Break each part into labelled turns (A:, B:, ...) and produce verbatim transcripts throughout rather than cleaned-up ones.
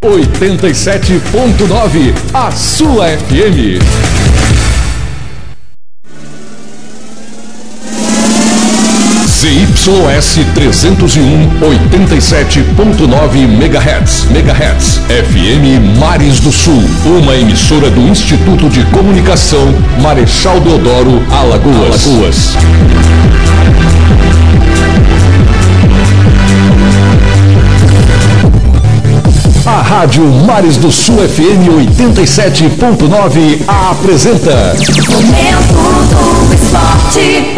A: oitenta e sete ponto nove, a sua F M. Z Y S trezentos e um, oitenta e sete ponto nove megahertz, megahertz, F M Mares do Sul, uma emissora do Instituto de Comunicação Marechal Deodoro, Alagoas. Alagoas. A Rádio Mares do Sul F M oitenta e sete ponto nove apresenta
B: Momento do Esporte.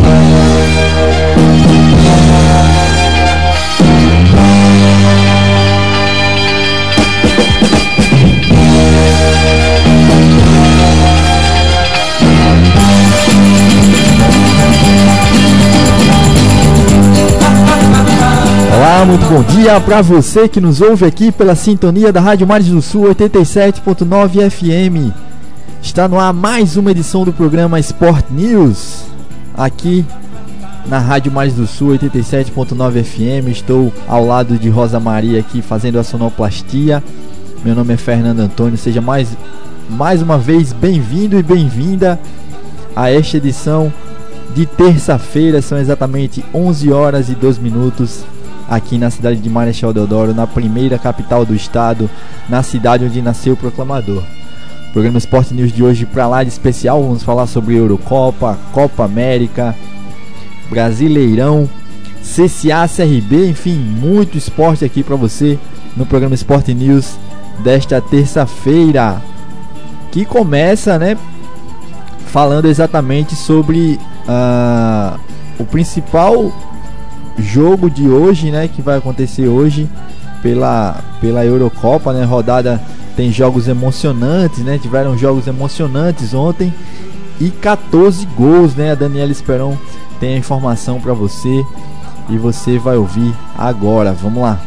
C: Olá, muito bom dia para você que nos ouve aqui pela sintonia da Rádio Mares do Sul oitenta e sete ponto nove F M. Está no ar mais uma edição do programa Sport News, aqui na Rádio Mares do Sul oitenta e sete ponto nove F M. Estou ao lado de Rosa Maria aqui fazendo a sonoplastia. Meu nome é Fernando Antônio, seja mais, mais uma vez bem-vindo e bem-vinda a esta edição de terça-feira. São exatamente onze horas e dois minutos aqui na cidade de Marechal Deodoro, na primeira capital do estado, na cidade onde nasceu o proclamador. O programa Sport News de hoje para lá de especial, vamos falar sobre Eurocopa, Copa América, Brasileirão, C C A, C R B, enfim, muito esporte aqui para você no programa Sport News desta terça-feira, que começa, né, falando exatamente sobre uh, o principal jogo de hoje, né, que vai acontecer hoje pela, pela Eurocopa, né, rodada tem jogos emocionantes, né, tiveram jogos emocionantes ontem e quatorze gols, né, a Daniela Esperon tem a informação para você e você vai ouvir agora, vamos lá.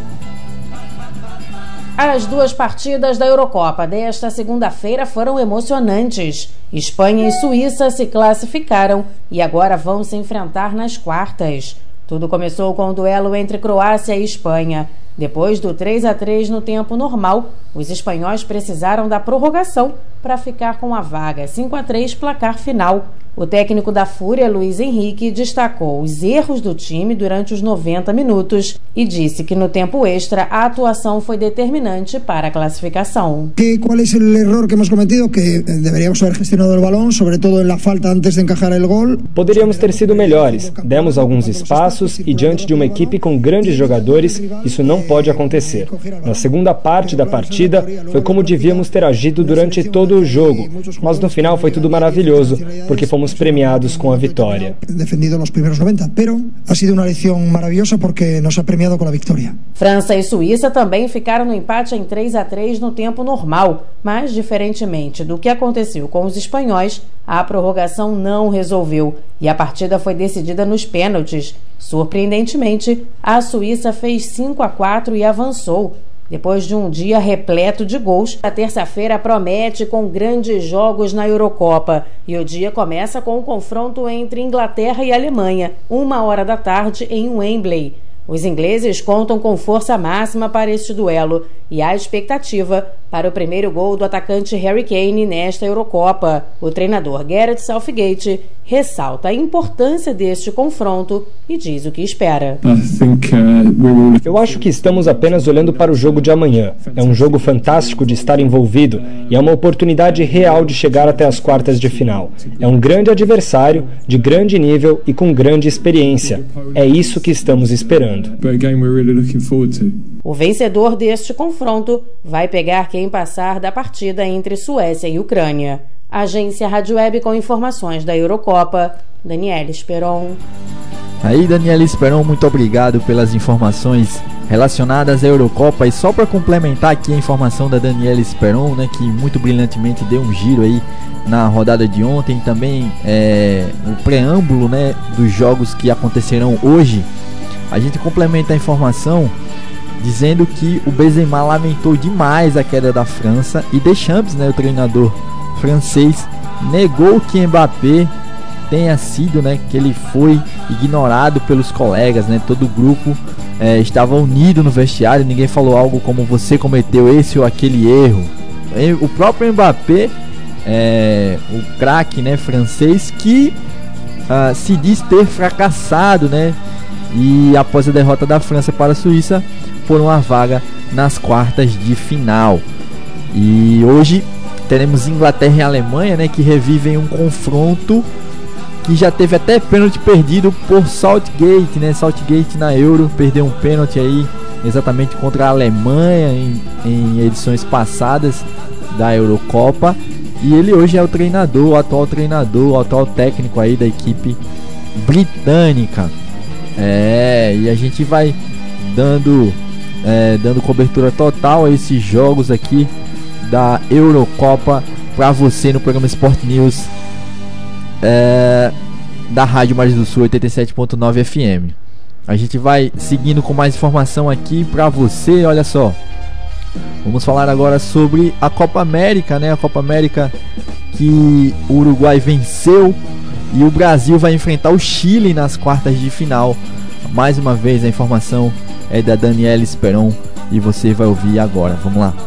D: As duas partidas da Eurocopa desta segunda-feira foram emocionantes. Espanha e Suíça se classificaram e agora vão se enfrentar nas quartas. Tudo começou com o duelo entre Croácia e Espanha. Depois do três a três no tempo normal, os espanhóis precisaram da prorrogação para ficar com a vaga. cinco a três placar final. O técnico da Fúria, Luiz Henrique, destacou os erros do time durante os noventa minutos e disse que no tempo extra a atuação foi determinante para a classificação.
E: Que, qual é o erro que hemos cometido? Que deveríamos haber gestionado o balão, sobretudo na falta antes de encajar o gol.
F: Poderíamos ter sido melhores. Demos alguns espaços e diante de uma equipe com grandes jogadores, isso não pode acontecer. Na segunda parte da partida, foi como devíamos ter agido durante todo o jogo, mas no final foi tudo maravilhoso, porque fomos premiados com a vitória.
E: Defendido nos primeiros noventa, pero ha sido uma lição maravilhosa porque nos ha premiado com a vitória.
D: França e Suíça também ficaram no empate em três a três no tempo normal, mas diferentemente do que aconteceu com os espanhóis, a prorrogação não resolveu e a partida foi decidida nos pênaltis. Surpreendentemente, a Suíça fez cinco a quatro e avançou. Depois de um dia repleto de gols, a terça-feira promete com grandes jogos na Eurocopa. E o dia começa com um confronto entre Inglaterra e Alemanha, uma hora da tarde em Wembley. Os ingleses contam com força máxima para este duelo e há expectativa para o primeiro gol do atacante Harry Kane nesta Eurocopa. O treinador Gareth Southgate ressalta a importância deste confronto e diz o que espera.
F: Eu acho que estamos apenas olhando para o jogo de amanhã. É um jogo fantástico de estar envolvido e é uma oportunidade real de chegar até as quartas de final. É um grande adversário, de grande nível e com grande experiência. É isso que estamos esperando.
D: O vencedor deste confronto vai pegar quem passar da partida entre Suécia e Ucrânia. Agência Rádio Web com informações da Eurocopa, Daniela Esperon.
C: Aí, Daniela Esperon, muito obrigado pelas informações relacionadas à Eurocopa. E só para complementar aqui a informação da Daniela Esperon, né, que muito brilhantemente deu um giro aí na rodada de ontem, também é, o preâmbulo, né, dos jogos que acontecerão hoje. A gente complementa a informação dizendo que o Benzema lamentou demais a queda da França e Deschamps, né, o treinador francês, negou que Mbappé tenha sido, né, que ele foi ignorado pelos colegas, né, todo o grupo é, estava unido no vestiário, ninguém falou algo como você cometeu esse ou aquele erro. O próprio Mbappé, é, o craque, né, francês, que uh, se diz ter fracassado, né, e após a derrota da França para a Suíça, por uma vaga nas quartas de final. E hoje teremos Inglaterra e Alemanha, né, que revivem um confronto que já teve até pênalti perdido por Southgate, né? Southgate na Euro perdeu um pênalti aí exatamente contra a Alemanha em, em edições passadas da Eurocopa. E ele hoje é o treinador, o atual treinador, o atual técnico aí da equipe britânica. É, e a gente vai dando, é, dando cobertura total a esses jogos aqui da Eurocopa para você no programa Sport News é, da Rádio Mares do Sul oitenta e sete ponto nove F M. A gente vai seguindo com mais informação aqui para você. Olha só, vamos falar agora sobre a Copa América, né? A Copa América que o Uruguai venceu e o Brasil vai enfrentar o Chile nas quartas de final. Mais uma vez a informação é da Daniela Esperon e você vai ouvir agora. Vamos lá.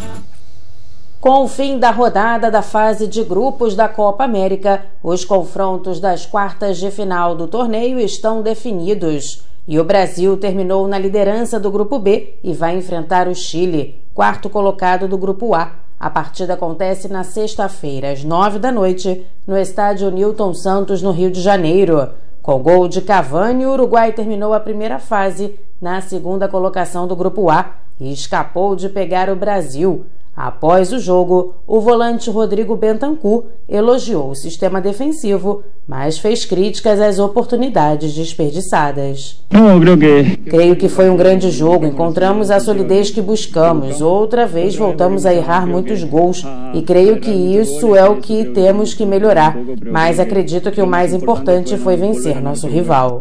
D: Com o fim da rodada da fase de grupos da Copa América, os confrontos das quartas de final do torneio estão definidos. E o Brasil terminou na liderança do Grupo B e vai enfrentar o Chile, quarto colocado do Grupo A. A partida acontece na sexta-feira, às nove da noite, no estádio Newton Santos, no Rio de Janeiro. Com gol de Cavani, o Uruguai terminou a primeira fase na segunda colocação do Grupo A e escapou de pegar o Brasil. Após o jogo, o volante Rodrigo Bentancur elogiou o sistema defensivo, mas fez críticas às oportunidades desperdiçadas.
G: Não, creio que...
D: Creio que foi um grande jogo, encontramos a solidez que buscamos, outra vez voltamos a errar muitos gols e creio que isso é o que temos que melhorar, mas acredito que o mais importante foi vencer nosso rival.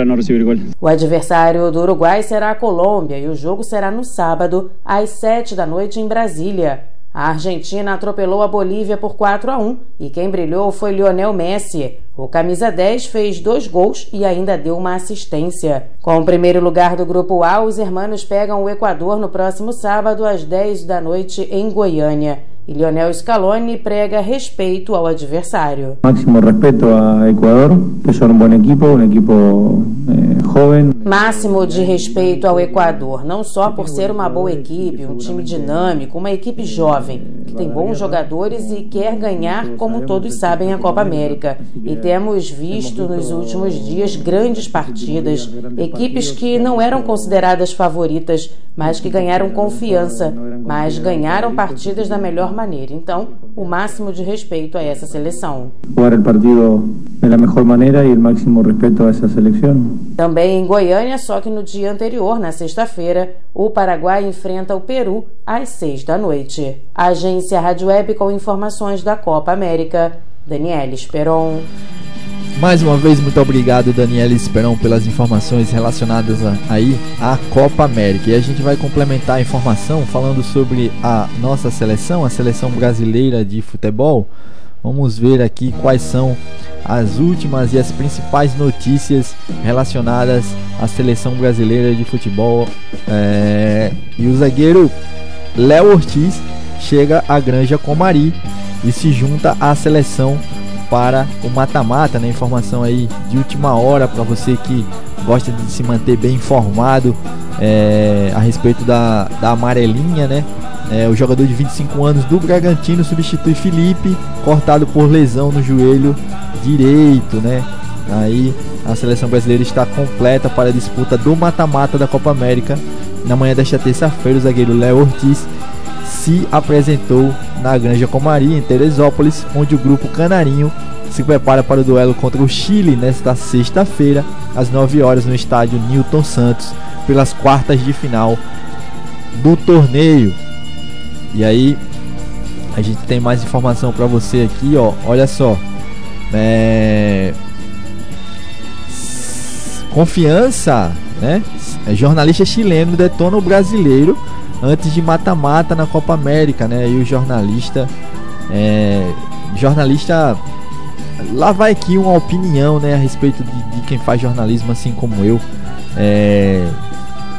D: O adversário do Uruguai será a Colômbia e o jogo será no sábado, às sete da noite em Brasília. A Argentina atropelou a Bolívia por quatro a um e quem brilhou foi Lionel Messi. O camisa dez fez dois gols e ainda deu uma assistência. Com o primeiro lugar do Grupo A, os hermanos pegam o Equador no próximo sábado às dez da noite em Goiânia. E Lionel Scaloni prega respeito ao adversário.
G: Máximo respeito ao Equador, que são um bom equipo, um equipo eh, jovem.
D: Máximo de respeito ao Equador, não só por ser uma boa equipe, um time dinâmico, uma equipe jovem, que tem bons jogadores e quer ganhar, como todos sabem, a Copa América. E temos visto nos últimos dias grandes partidas, equipes que não eram consideradas favoritas, mas que ganharam confiança, mas ganharam partidas da melhor maneira. Então, o máximo de respeito a essa seleção.
G: Jogar o partido da melhor maneira e o máximo respeito a essa seleção.
D: Também em Goiânia, só que no dia anterior, na sexta-feira, o Paraguai enfrenta o Peru às seis da noite. A agência Rádio Web com informações da Copa América. Daniela Esperon.
C: Mais uma vez, muito obrigado, Daniela Esperon, pelas informações relacionadas a, aí à Copa América. E a gente vai complementar a informação falando sobre a nossa seleção, a seleção brasileira de futebol. Vamos ver aqui quais são as últimas e as principais notícias relacionadas à seleção brasileira de futebol. É... E o zagueiro Léo Ortiz chega à Granja Comari e se junta à seleção para o mata-mata, né? Informação aí de última hora para você que gosta de se manter bem informado é, a respeito da, da amarelinha, né? É, o jogador de vinte e cinco anos do Bragantino substitui Felipe, cortado por lesão no joelho direito, né? Aí a seleção brasileira está completa para a disputa do mata-mata da Copa América. Na manhã desta terça-feira, o zagueiro Léo Ortiz se apresentou na Granja Comari, em Teresópolis, onde o grupo Canarinho se prepara para o duelo contra o Chile nesta sexta-feira, às nove horas, no estádio Newton Santos, pelas quartas de final do torneio. E aí, a gente tem mais informação para você aqui, ó. Olha só. É... Confiança, né? Jornalista chileno detona o brasileiro antes de mata-mata na Copa América, né? E o jornalista, é, jornalista, lá vai aqui uma opinião, né, a respeito de, de quem faz jornalismo, assim como eu. É,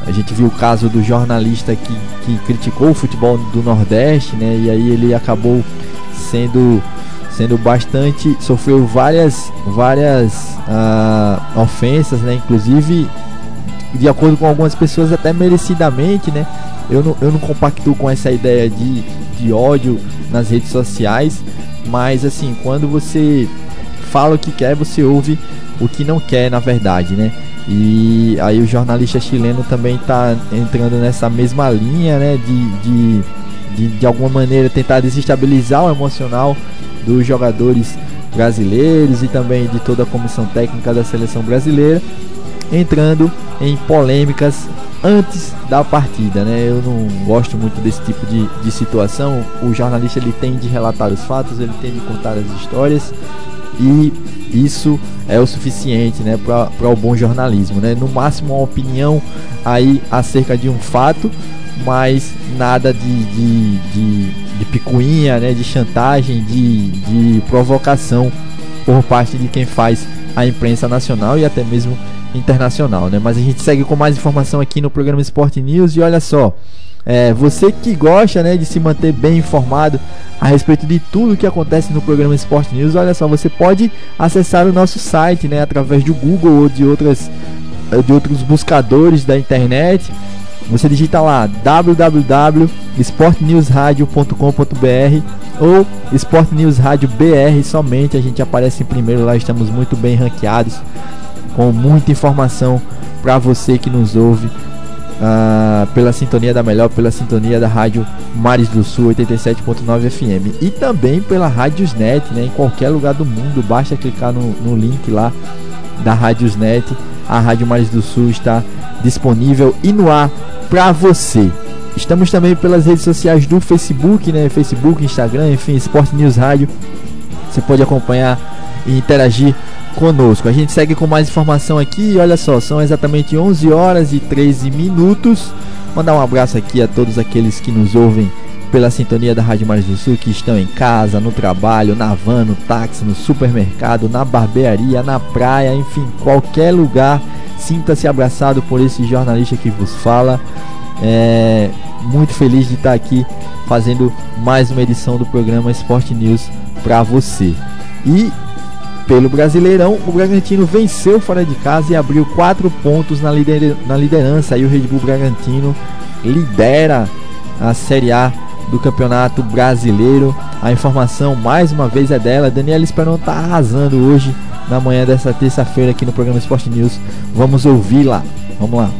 C: A gente viu o caso do jornalista que, que criticou o futebol do Nordeste, né? E aí ele acabou sendo, sendo bastante, sofreu várias, várias uh, ofensas, né? Inclusive, de acordo com algumas pessoas, até merecidamente, né? Eu não, eu não compactuo com essa ideia de, de ódio nas redes sociais, mas assim, quando você fala o que quer, você ouve o que não quer, na verdade, né? E aí o jornalista chileno também está entrando nessa mesma linha, né? De, de, de, de alguma maneira tentar desestabilizar o emocional dos jogadores brasileiros e também de toda a comissão técnica da seleção brasileira, entrando em polêmicas antes da partida, né? Eu não gosto muito desse tipo de, de situação. O jornalista ele tem de relatar os fatos, ele tem de contar as histórias, e isso é o suficiente, né, para o bom jornalismo, né? No máximo uma opinião aí acerca de um fato, mas nada de, de, de, de picuinha, né, de chantagem, de, de provocação por parte de quem faz a imprensa nacional e até mesmo internacional, né? Mas a gente segue com mais informação aqui no programa Sport News. E olha só, é, você que gosta, né, de se manter bem informado a respeito de tudo que acontece no programa Sport News, olha só, você pode acessar o nosso site, né, através do Google ou de outras de outros buscadores da internet. Você digita lá w w w ponto sport news radio ponto com ponto b r ou Sport News Rádio B R somente, a gente aparece em primeiro lá, estamos muito bem ranqueados, com muita informação para você que nos ouve uh, pela sintonia da melhor, pela sintonia da Rádio Mares do Sul oitenta e sete ponto nove F M e também pela Radiosnet, né, em qualquer lugar do mundo, basta clicar no, no link lá da Radiosnet, a Rádio Mares do Sul está disponível e no ar para você. Estamos também pelas redes sociais do Facebook, né, Facebook, Instagram, enfim, Sport News Rádio. Você pode acompanhar e interagir conosco. A gente segue com mais informação aqui. Olha só, são exatamente onze horas e treze minutos. Mandar um abraço aqui a todos aqueles que nos ouvem pela sintonia da Rádio Mares do Sul, que estão em casa, no trabalho, na van, no táxi, no supermercado, na barbearia, na praia, enfim, qualquer lugar. Sinta-se abraçado por esse jornalista que vos fala. É muito feliz de estar aqui fazendo mais uma edição do programa Sport News para você. E pelo Brasileirão, o Bragantino venceu fora de casa e abriu quatro pontos na, lider- na liderança. E o Red Bull Bragantino lidera a Série A do Campeonato Brasileiro. A informação mais uma vez é dela. Daniela Esperon está arrasando hoje na manhã dessa terça-feira aqui no programa Sport News. Vamos ouvi-la. Vamos lá.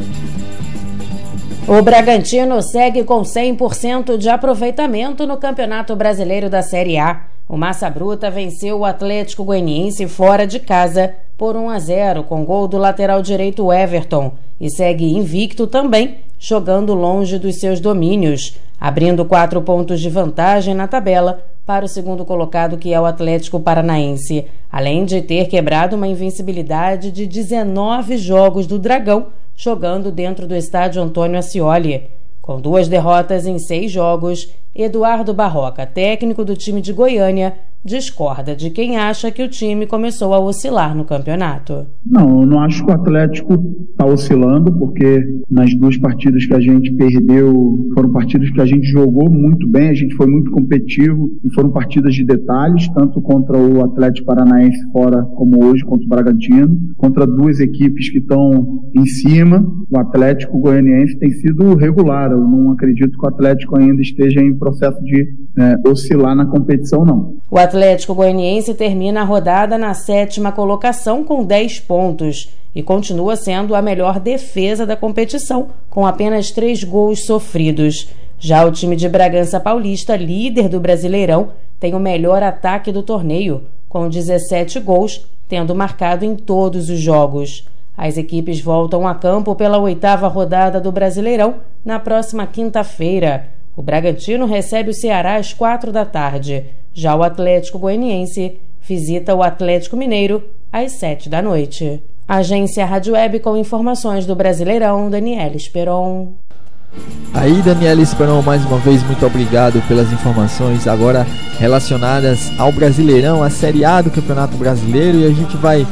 D: O Bragantino segue com cem por cento de aproveitamento no Campeonato Brasileiro da Série A. O Massa Bruta venceu o Atlético Goianiense fora de casa por um a zero com gol do lateral direito Everton e segue invicto também, jogando longe dos seus domínios, abrindo quatro pontos de vantagem na tabela para o segundo colocado, que é o Atlético Paranaense, além de ter quebrado uma invencibilidade de dezenove jogos do Dragão, jogando dentro do estádio Antônio Ascioli. Com duas derrotas em seis jogos, Eduardo Barroca, técnico do time de Goiânia, discorda de quem acha que o time começou a oscilar no campeonato.
H: Não, eu não acho que o Atlético está oscilando, porque nas duas partidas que a gente perdeu, foram partidas que a gente jogou muito bem, a gente foi muito competitivo e foram partidas de detalhes, tanto contra o Atlético Paranaense fora como hoje contra o Bragantino, contra duas equipes que estão em cima. O Atlético Goianiense tem sido regular, eu não acredito que o Atlético ainda esteja em processo de é, oscilar na competição, não.
D: O Atlético Goianiense termina a rodada na sétima colocação com dez pontos e continua sendo a melhor defesa da competição, com apenas três gols sofridos. Já o time de Bragança Paulista, líder do Brasileirão, tem o melhor ataque do torneio, com dezessete gols, tendo marcado em todos os jogos. As equipes voltam a campo pela oitava rodada do Brasileirão na próxima quinta-feira. O Bragantino recebe o Ceará às quatro da tarde. Já o Atlético Goianiense visita o Atlético Mineiro às sete da noite. Agência Rádio Web com informações do Brasileirão, Daniela Esperon.
C: Aí, Daniela Esperon, mais uma vez, muito obrigado pelas informações agora relacionadas ao Brasileirão, a Série A do Campeonato Brasileiro. E a gente vai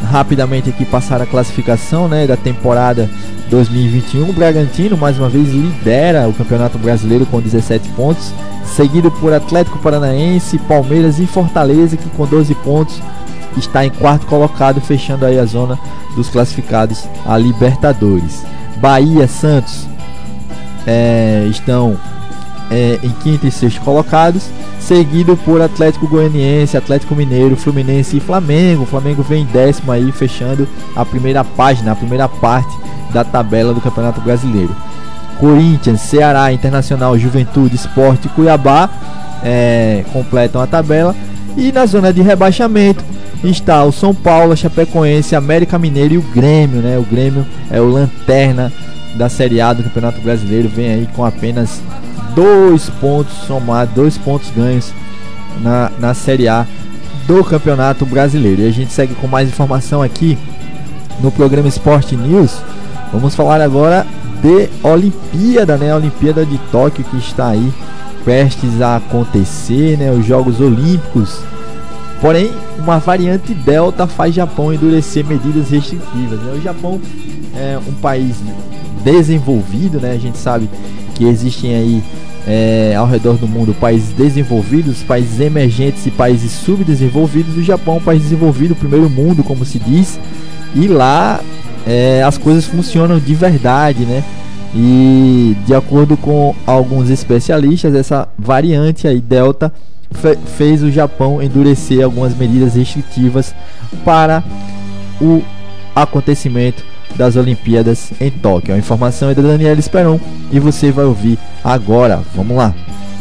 C: rapidamente aqui passar a classificação, né, da temporada dois mil e vinte e um. O Bragantino mais uma vez lidera o Campeonato Brasileiro com dezessete pontos, seguido por Atlético Paranaense, Palmeiras e Fortaleza, que com doze pontos está em quarto colocado, fechando aí a zona dos classificados a Libertadores. Bahia, Santos é, estão é, em quinto e sexto colocados, seguido por Atlético Goianiense, Atlético Mineiro, Fluminense e Flamengo. O Flamengo vem em décimo aí, fechando a primeira página, a primeira parte da tabela do Campeonato Brasileiro. Corinthians, Ceará, Internacional, Juventude, Sport e Cuiabá é, completam a tabela. E na zona de rebaixamento está o São Paulo, a Chapecoense, América Mineiro e o Grêmio, né? O Grêmio é o lanterna da Série A do Campeonato Brasileiro, vem aí com apenas dois pontos somados, dois pontos ganhos na, na Série A do Campeonato Brasileiro. E a gente segue com mais informação aqui no programa Sport News. Vamos falar agora de Olimpíada, né? A Olimpíada de Tóquio, que está aí prestes a acontecer, né? Os Jogos Olímpicos. Porém, uma variante Delta faz Japão endurecer medidas restritivas, né? O Japão é um país desenvolvido, né? A gente sabe que existem aí é, ao redor do mundo países desenvolvidos, países emergentes e países subdesenvolvidos. O Japão é um país desenvolvido, o primeiro mundo, como se diz, e lá é, as coisas funcionam de verdade, né? E de acordo com alguns especialistas, essa variante aí Delta fe- fez o Japão endurecer algumas medidas restritivas para o acontecimento das Olimpíadas em Tóquio. A informação é da Daniela Esperon e você vai ouvir agora. Vamos lá.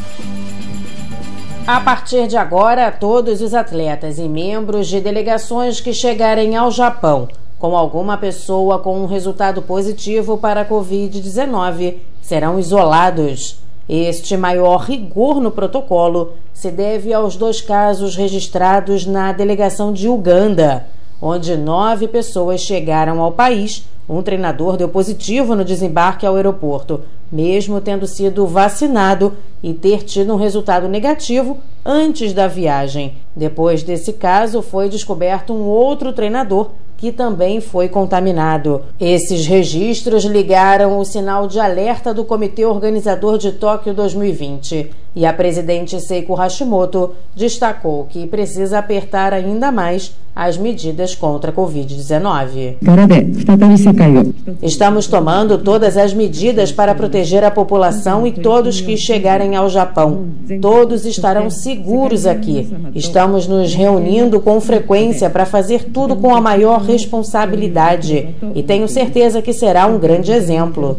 D: A partir de agora, todos os atletas e membros de delegações que chegarem ao Japão com alguma pessoa com um resultado positivo para a covid dezenove serão isolados. Este maior rigor no protocolo se deve aos dois casos registrados na delegação de Uganda, onde nove pessoas chegaram ao país. Um treinador deu positivo no desembarque ao aeroporto, mesmo tendo sido vacinado e ter tido um resultado negativo antes da viagem. Depois desse caso, foi descoberto um outro treinador que também foi contaminado. Esses registros ligaram o sinal de alerta do Comitê Organizador de Tóquio dois mil e vinte, e a presidente Seiko Hashimoto destacou que precisa apertar ainda mais as medidas contra a covid dezenove. Estamos tomando todas as medidas para proteger a população e todos que chegarem ao Japão. Todos estarão seguros aqui. Estamos nos reunindo com frequência para fazer tudo com a maior responsabilidade e tenho certeza que será um grande exemplo.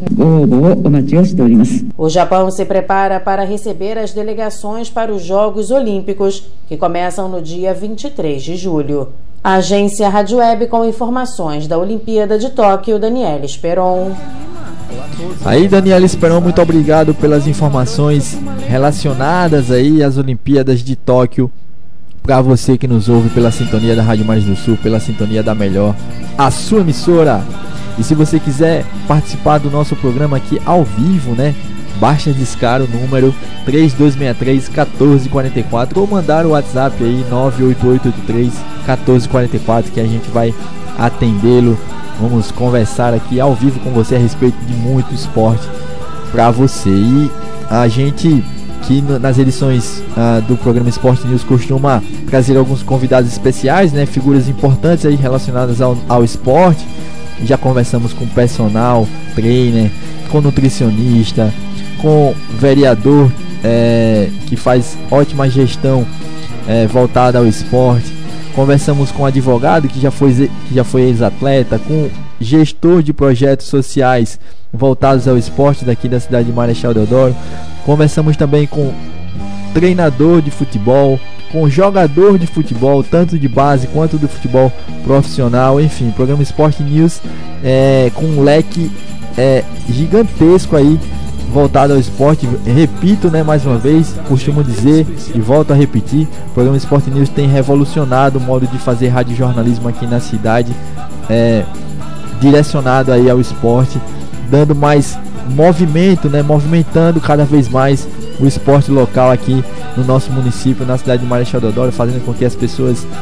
D: O Japão se prepara para receber as delegações para os Jogos Olímpicos, que começam no dia vinte e três de julho. A agência Rádio Web com informações da Olimpíada de Tóquio, Daniela Esperon.
C: Aí, Daniela Esperon, muito obrigado pelas informações relacionadas aí às Olimpíadas de Tóquio. Para você que nos ouve pela sintonia da Rádio Mares do Sul, pela sintonia da Melhor, a sua emissora. E se você quiser participar do nosso programa aqui ao vivo, né? Basta discar o número três dois seis três, um quatro quatro quatro ou mandar o WhatsApp aí nove oito oito oito três, um quatro quatro quatro, que a gente vai atendê-lo. Vamos conversar aqui ao vivo com você a respeito de muito esporte para você. E a gente que nas edições uh, do programa Sport News costuma trazer alguns convidados especiais, né? Figuras importantes aí relacionadas ao, ao esporte. Já conversamos com personal, trainer, com nutricionista, com vereador é, que faz ótima gestão é, voltada ao esporte. Conversamos com advogado que já foi, que já foi ex-atleta, com gestor de projetos sociais voltados ao esporte daqui da cidade de Marechal Deodoro. Conversamos também com treinador de futebol, com jogador de futebol, tanto de base quanto do futebol profissional. Enfim, programa Sport News é, com um leque é, gigantesco aí voltado ao esporte. Repito, né, mais uma vez, costumo dizer e volto a repetir, o programa Sport News tem revolucionado o modo de fazer radiojornalismo aqui na cidade, é, direcionado aí ao esporte, dando mais movimento, né, movimentando cada vez mais o esporte local aqui no nosso município, na cidade de Marechal Deodoro, fazendo com que as pessoas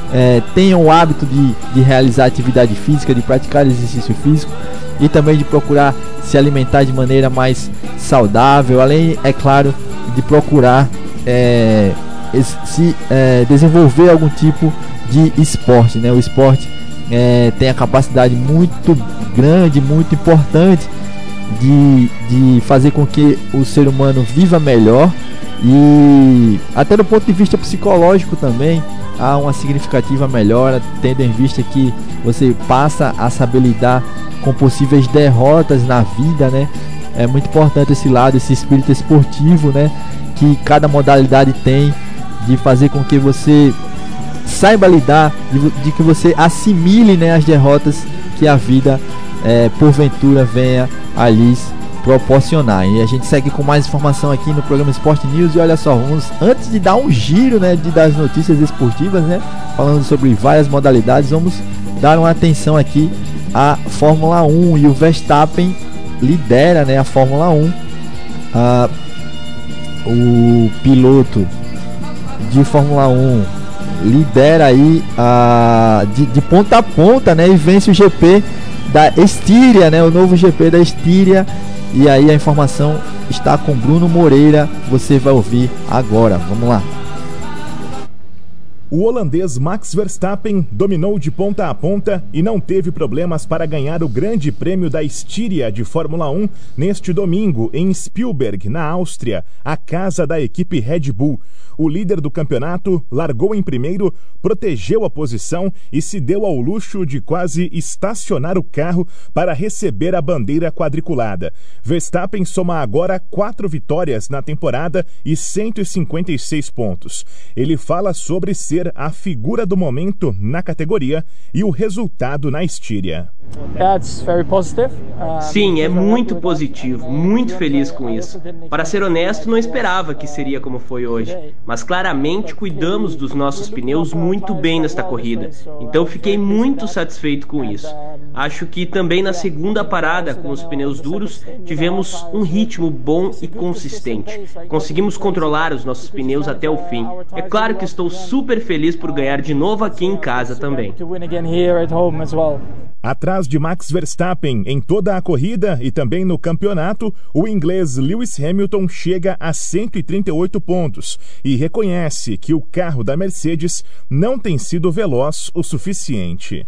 C: é, tenham o hábito de, de realizar atividade física, de praticar exercício físico e também de procurar se alimentar de maneira mais saudável, além, é claro, de procurar é, se é, desenvolver algum tipo de esporte, né? O esporte é, tem a capacidade muito grande, muito importante de, de fazer com que o ser humano viva melhor, e até do ponto de vista psicológico também há uma significativa melhora, tendo em vista que você passa a saber lidar com possíveis derrotas na vida, né? É muito importante esse lado, esse espírito esportivo, né, que cada modalidade tem, de fazer com que você saiba lidar, de, de que você assimile, né, as derrotas que a vida é, porventura venha a lhes proporcionar. E a gente segue com mais informação aqui no programa Sport News. E olha só, vamos, antes de dar um giro, né, de, das notícias esportivas, né, falando sobre várias modalidades, vamos dar uma atenção aqui à Fórmula um. E o Verstappen lidera, né, a Fórmula um. Ah, o piloto de Fórmula um lidera aí a, de, de ponta a ponta, né, e vence o G P da Estíria, né, o novo G P da Estíria. E aí a informação está com Bruno Moreira, você vai ouvir agora. Vamos lá.
I: O holandês Max Verstappen dominou de ponta a ponta e não teve problemas para ganhar o Grande Prêmio da Estíria de Fórmula um neste domingo em Spielberg, na Áustria, a casa da equipe Red Bull. O líder do campeonato largou em primeiro, protegeu a posição e se deu ao luxo de quase estacionar o carro para receber a bandeira quadriculada. Verstappen soma agora quatro vitórias na temporada e cento e cinquenta e seis pontos. Ele fala sobre ser a figura do momento na categoria e o resultado na Estíria.
J: Sim, é muito positivo, muito feliz com isso. Para ser honesto, não esperava que seria como foi hoje, mas claramente cuidamos dos nossos pneus muito bem nesta corrida, então fiquei muito satisfeito com isso. Acho que também na segunda parada, com os pneus duros, tivemos um ritmo bom e consistente. Conseguimos controlar os nossos pneus até o fim. É claro que estou super feliz por ganhar de novo aqui em casa também.
I: Atrás de Max Verstappen em toda a corrida e também no campeonato, o inglês Lewis Hamilton chega a cento e trinta e oito pontos e reconhece que o carro da Mercedes não tem sido veloz o suficiente.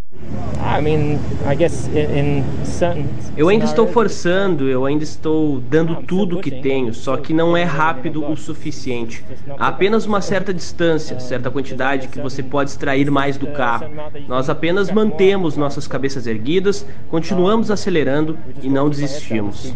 J: Eu ainda estou forçando, eu ainda estou dando tudo o que tenho, só que não é rápido o suficiente. Há apenas uma certa distância, certa quantidade que você pode extrair mais do carro. Nós apenas mantemos nossas cabeças erguidas, continuamos acelerando e não desistimos.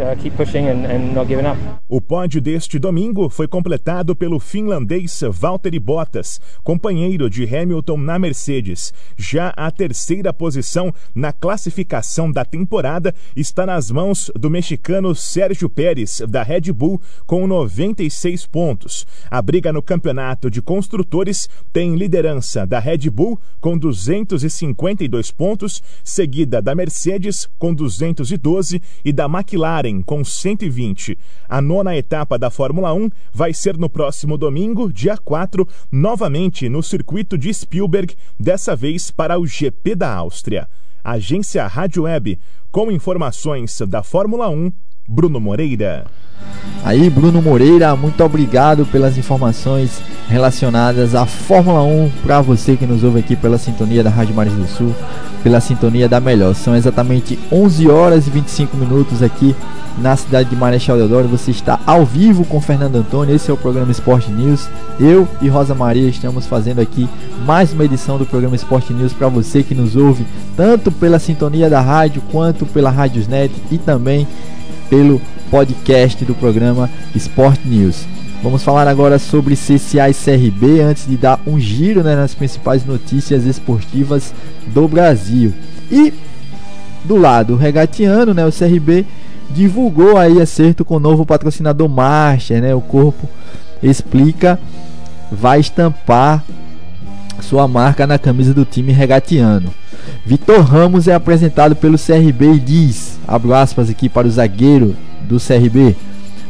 I: O pódio deste domingo foi completado pelo finlandês Valtteri Bottas, companheiro de Hamilton na Mercedes. Já a terceira posição na classificação da temporada está nas mãos do mexicano Sérgio Pérez, da Red Bull, com noventa e seis pontos. A briga no campeonato de construtores tem liderança da Red Bull com duzentos e cinquenta e dois pontos, seguida da Mercedes com duzentos e doze e da McLaren com cento e vinte. A nona etapa da Fórmula um vai ser no próximo domingo, dia quatro, novamente no circuito de Spielberg, dessa vez para o G P da Áustria. Agência Rádio Web, com informações da Fórmula um, Bruno Moreira.
C: Aí, Bruno Moreira, muito obrigado pelas informações relacionadas à Fórmula um para você que nos ouve aqui pela sintonia da Rádio Mares do Sul, pela sintonia da melhor. São exatamente onze horas e vinte e cinco minutos aqui na cidade de Marechal Deodoro. Você está ao vivo com Fernando Antônio, esse é o programa Sport News. Eu e Rosa Maria estamos fazendo aqui mais uma edição do programa Sport News para você que nos ouve tanto pela sintonia da rádio quanto pela Rádiosnet e também pelo podcast do programa Sport News. Vamos falar agora sobre C C A e C R B antes de dar um giro, né, nas principais notícias esportivas do Brasil. E do lado regatiano, né, o C R B divulgou aí acerto com o novo patrocinador Marcher, né? O corpo explica, vai estampar sua marca na camisa do time regatiano. Vitor Ramos é apresentado pelo C R B e diz, abro aspas aqui para o zagueiro do C R B: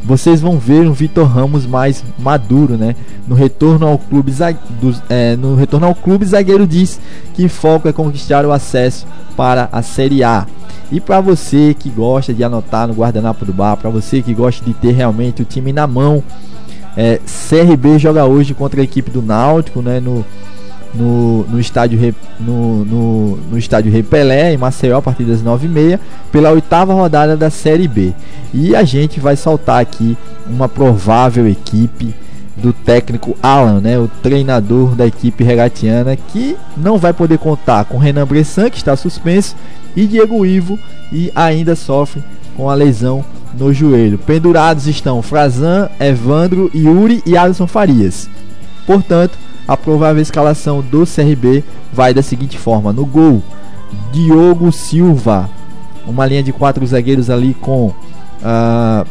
C: vocês vão ver um Vitor Ramos mais maduro, né? No retorno ao clube, dos, é, no retorno ao clube, zagueiro diz que foco é conquistar o acesso para a Série A. E para você que gosta de anotar no guardanapo do bar, para você que gosta de ter realmente o time na mão, é, C R B joga hoje contra a equipe do Náutico, né? No No, no estádio no, no, no estádio Rei Pelé, em Maceió, a partir das nove e meia, pela oitava rodada da Série B. E a gente vai soltar aqui uma provável equipe do técnico Alan, né, o treinador da equipe regatiana, que não vai poder contar com Renan Bressan, que está suspenso, e Diego Ivo, e ainda sofre com a lesão no joelho. Pendurados estão Frazan, Evandro, Yuri e Alisson Farias. Portanto, a provável escalação do C R B vai da seguinte forma: no gol, Diogo Silva, uma linha de quatro zagueiros ali com uh,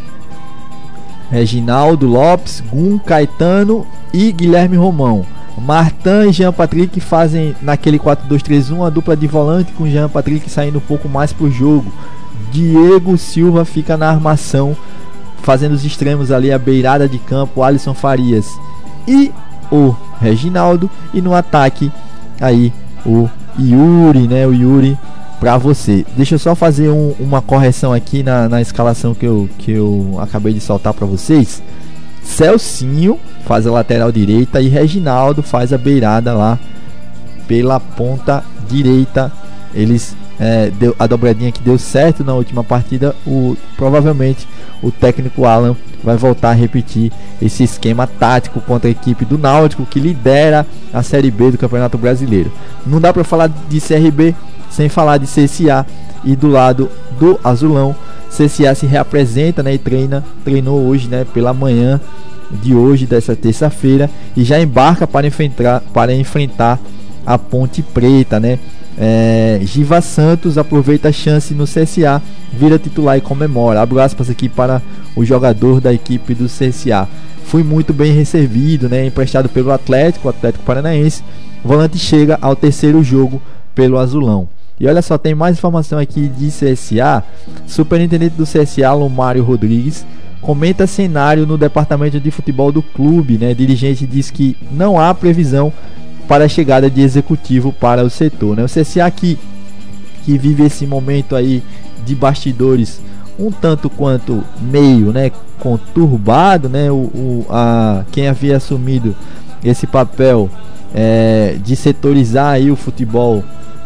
C: Reginaldo Lopes, Gum, Caetano e Guilherme Romão. Martin e Jean Patrick fazem naquele quatro dois três um a dupla de volante, com Jean Patrick saindo um pouco mais pro jogo. Diego Silva fica na armação, fazendo os extremos ali, a beirada de campo, Alisson Farias e o Reginaldo, e no ataque aí o Yuri, né? O Yuri pra você. Deixa eu só fazer um, uma correção aqui na, na escalação que eu, que eu acabei de soltar para vocês. Celcinho faz a lateral direita e Reginaldo faz a beirada lá pela ponta direita. Eles é, deu a dobradinha que deu certo na última partida. O, provavelmente o técnico Alan vai voltar a repetir esse esquema tático contra a equipe do Náutico, que lidera a Série B do Campeonato Brasileiro. Não dá para falar de C R B sem falar de C S A. E do lado do Azulão, C S A se reapresenta, né, e treina, treinou hoje, né, pela manhã de hoje, dessa terça-feira, e já embarca para enfrentar, para enfrentar a Ponte Preta, né? É, Giva Santos aproveita a chance no C S A, vira titular e comemora. Abro aspas aqui para o jogador da equipe do C S A: fui muito bem recebido, né, emprestado pelo Atlético, o Atlético Paranaense. O volante chega ao terceiro jogo pelo Azulão. E olha só, tem mais informação aqui de C S A. Superintendente do C S A, Lomário Rodrigues, comenta cenário no departamento de futebol do clube, né? Dirigente diz que não há previsão para a chegada de executivo para o setor, né? O C S A que, que vive esse momento aí de bastidores um tanto quanto meio, né, conturbado, né? O, o, a, quem havia assumido esse papel é, de setorizar aí o futebol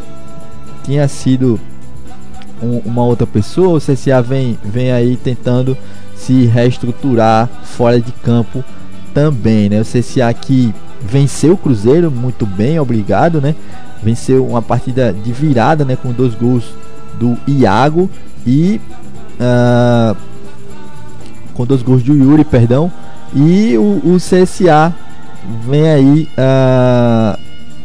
C: tinha sido um, uma outra pessoa. O C S A vem, vem aí tentando se reestruturar fora de campo também, né? O C S A que venceu o Cruzeiro muito bem, obrigado, né? Venceu uma partida de virada, né, com dois gols do Iago e uh, com dois gols do Yuri, perdão. E o, o C S A vem aí uh,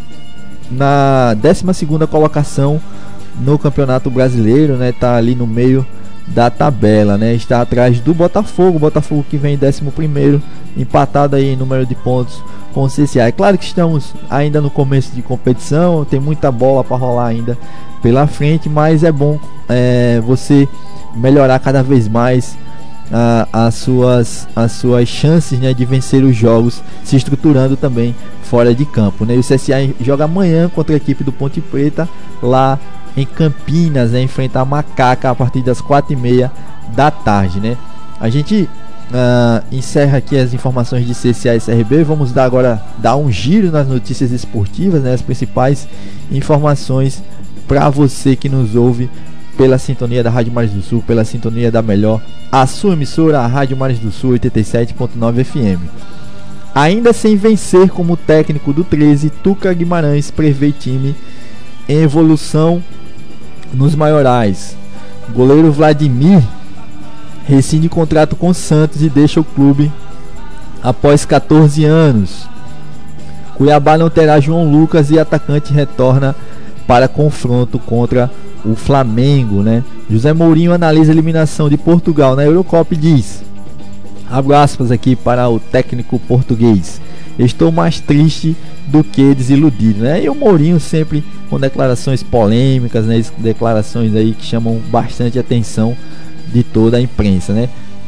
C: na décima segunda colocação no Campeonato Brasileiro, né? Tá ali no meio da tabela, né? Está atrás do Botafogo, o Botafogo que vem em décimo primeiro, empatado aí em número de pontos com o C S A. É claro que estamos ainda no começo de competição, tem muita bola para rolar ainda pela frente, mas é bom é, você melhorar cada vez mais uh, as, suas, as suas chances, né, de vencer os jogos, se estruturando também fora de campo, né? E o C S A joga amanhã contra a equipe do Ponte Preta lá em Campinas, né, enfrentar a Macaca a partir das quatro e meia da tarde, né? A gente uh, encerra aqui as informações de C S A e C R B. Vamos dar agora dar um giro nas notícias esportivas, né, as principais informações para você que nos ouve pela sintonia da Rádio Mares do Sul, pela sintonia da melhor, a sua emissora, a Rádio Mares do Sul oitenta e sete ponto nove F M. Ainda sem vencer como técnico do treze, Tuca Guimarães prevê time em evolução nos maiorais. Goleiro Vladimir rescinde contrato com o Santos e deixa o clube após catorze anos. Cuiabá não terá João Lucas e atacante retorna para confronto contra o Flamengo, né? José Mourinho analisa a eliminação de Portugal na Eurocopa e diz, abro aspas aqui para o técnico português: estou mais triste do que desiludido, né? E o Mourinho sempre com declarações polêmicas, né? Declarações aí que chamam bastante atenção de toda a imprensa, né?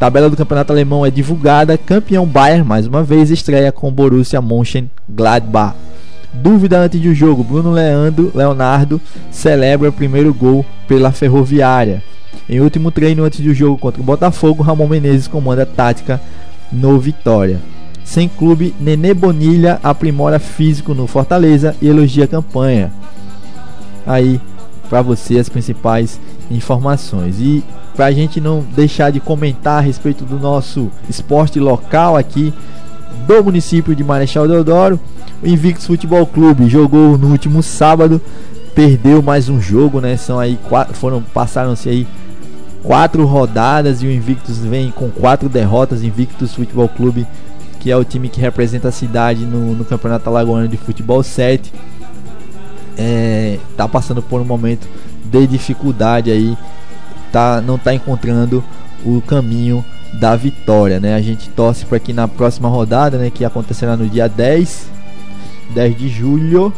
C: Tabela do campeonato alemão é divulgada. Campeão Bayern, mais uma vez, estreia com Borussia Mönchengladbach. Dúvida antes do jogo: Bruno Leandro, Leonardo celebra o primeiro gol pela Ferroviária. Em último treino antes do jogo contra o Botafogo, Ramon Menezes comanda a tática no Vitória. Sem clube, Nenê Bonilha aprimora físico no Fortaleza e elogia a campanha. Aí, para você, as principais informações. E para a gente não deixar de comentar a respeito do nosso esporte local aqui do município de Marechal Deodoro, o Invictus Futebol Clube jogou no último sábado, perdeu mais um jogo, né? São aí quatro, foram passaram-se aí quatro rodadas e o Invictus vem com quatro derrotas. Invictus Futebol Clube, que é o time que representa a cidade no, no Campeonato Alagoano de Futebol sete, é, tá passando por um momento de dificuldade aí, tá, não tá encontrando o caminho da vitória, né? A gente torce para que na próxima rodada, né, que acontecerá no dia dez de julho,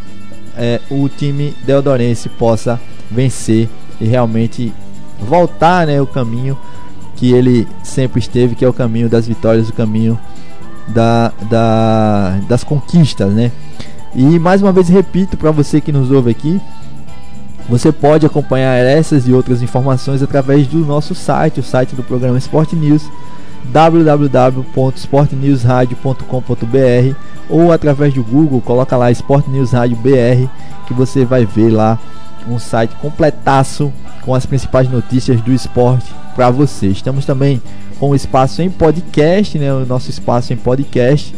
C: é, o time deodorense possa vencer e realmente voltar, né, o caminho que ele sempre esteve, que é o caminho das vitórias, o caminho da, da, das conquistas, né? E mais uma vez repito para você que nos ouve aqui, você pode acompanhar essas e outras informações através do nosso site, o site do programa Sport News, w w w ponto sport news radio ponto com ponto b r, ou através do Google, coloca lá Sport News Rádio B R, que você vai ver lá um site completaço com as principais notícias do esporte para você. Estamos também com o espaço em podcast, né, o nosso espaço em podcast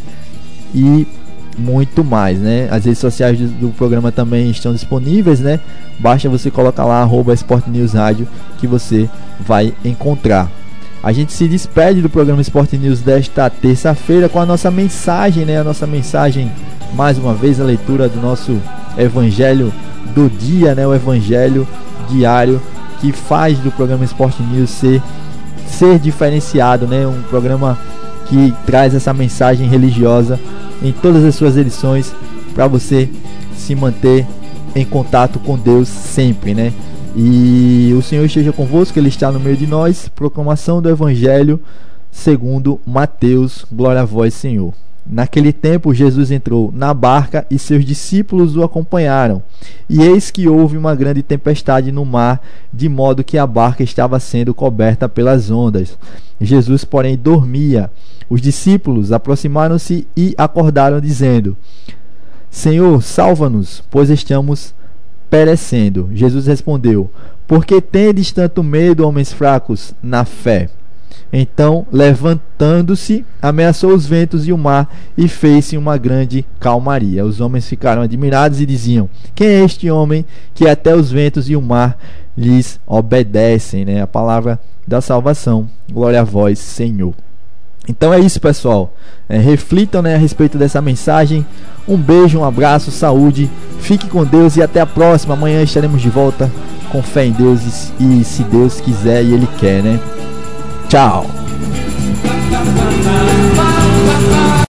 C: e muito mais, né? As redes sociais do, do programa também estão disponíveis, né? Basta você colocar lá arroba Sport News Rádio que você vai encontrar. A gente se despede do programa Sport News desta terça-feira com a nossa mensagem, né? A nossa mensagem, mais uma vez, a leitura do nosso evangelho do dia, né? O evangelho diário que faz do programa Sport News ser, ser diferenciado, né? Um programa que traz essa mensagem religiosa em todas as suas edições para você se manter em contato com Deus sempre, né? E o Senhor esteja convosco, Ele está no meio de nós. Proclamação do Evangelho segundo Mateus. Glória a vós, Senhor. Naquele tempo Jesus entrou na barca e seus discípulos o acompanharam. E eis que houve uma grande tempestade no mar, de modo que a barca estava sendo coberta pelas ondas. Jesus, porém, dormia. Os discípulos aproximaram-se e acordaram, dizendo: Senhor, salva-nos, pois estamos perecendo. Jesus respondeu: Por que tendes tanto medo, homens fracos na fé? Então, levantando-se, ameaçou os ventos e o mar, e fez-se uma grande calmaria. Os homens ficaram admirados e diziam: Quem é este homem que até os ventos e o mar lhes obedecem? Né? A palavra da salvação. Glória a vós, Senhor. Então é isso, pessoal. É, reflitam, né, a respeito dessa mensagem. Um beijo, um abraço, saúde. Fique com Deus e até a próxima. Amanhã estaremos de volta com fé em Deus e, e se Deus quiser e Ele quer, né? Tchau.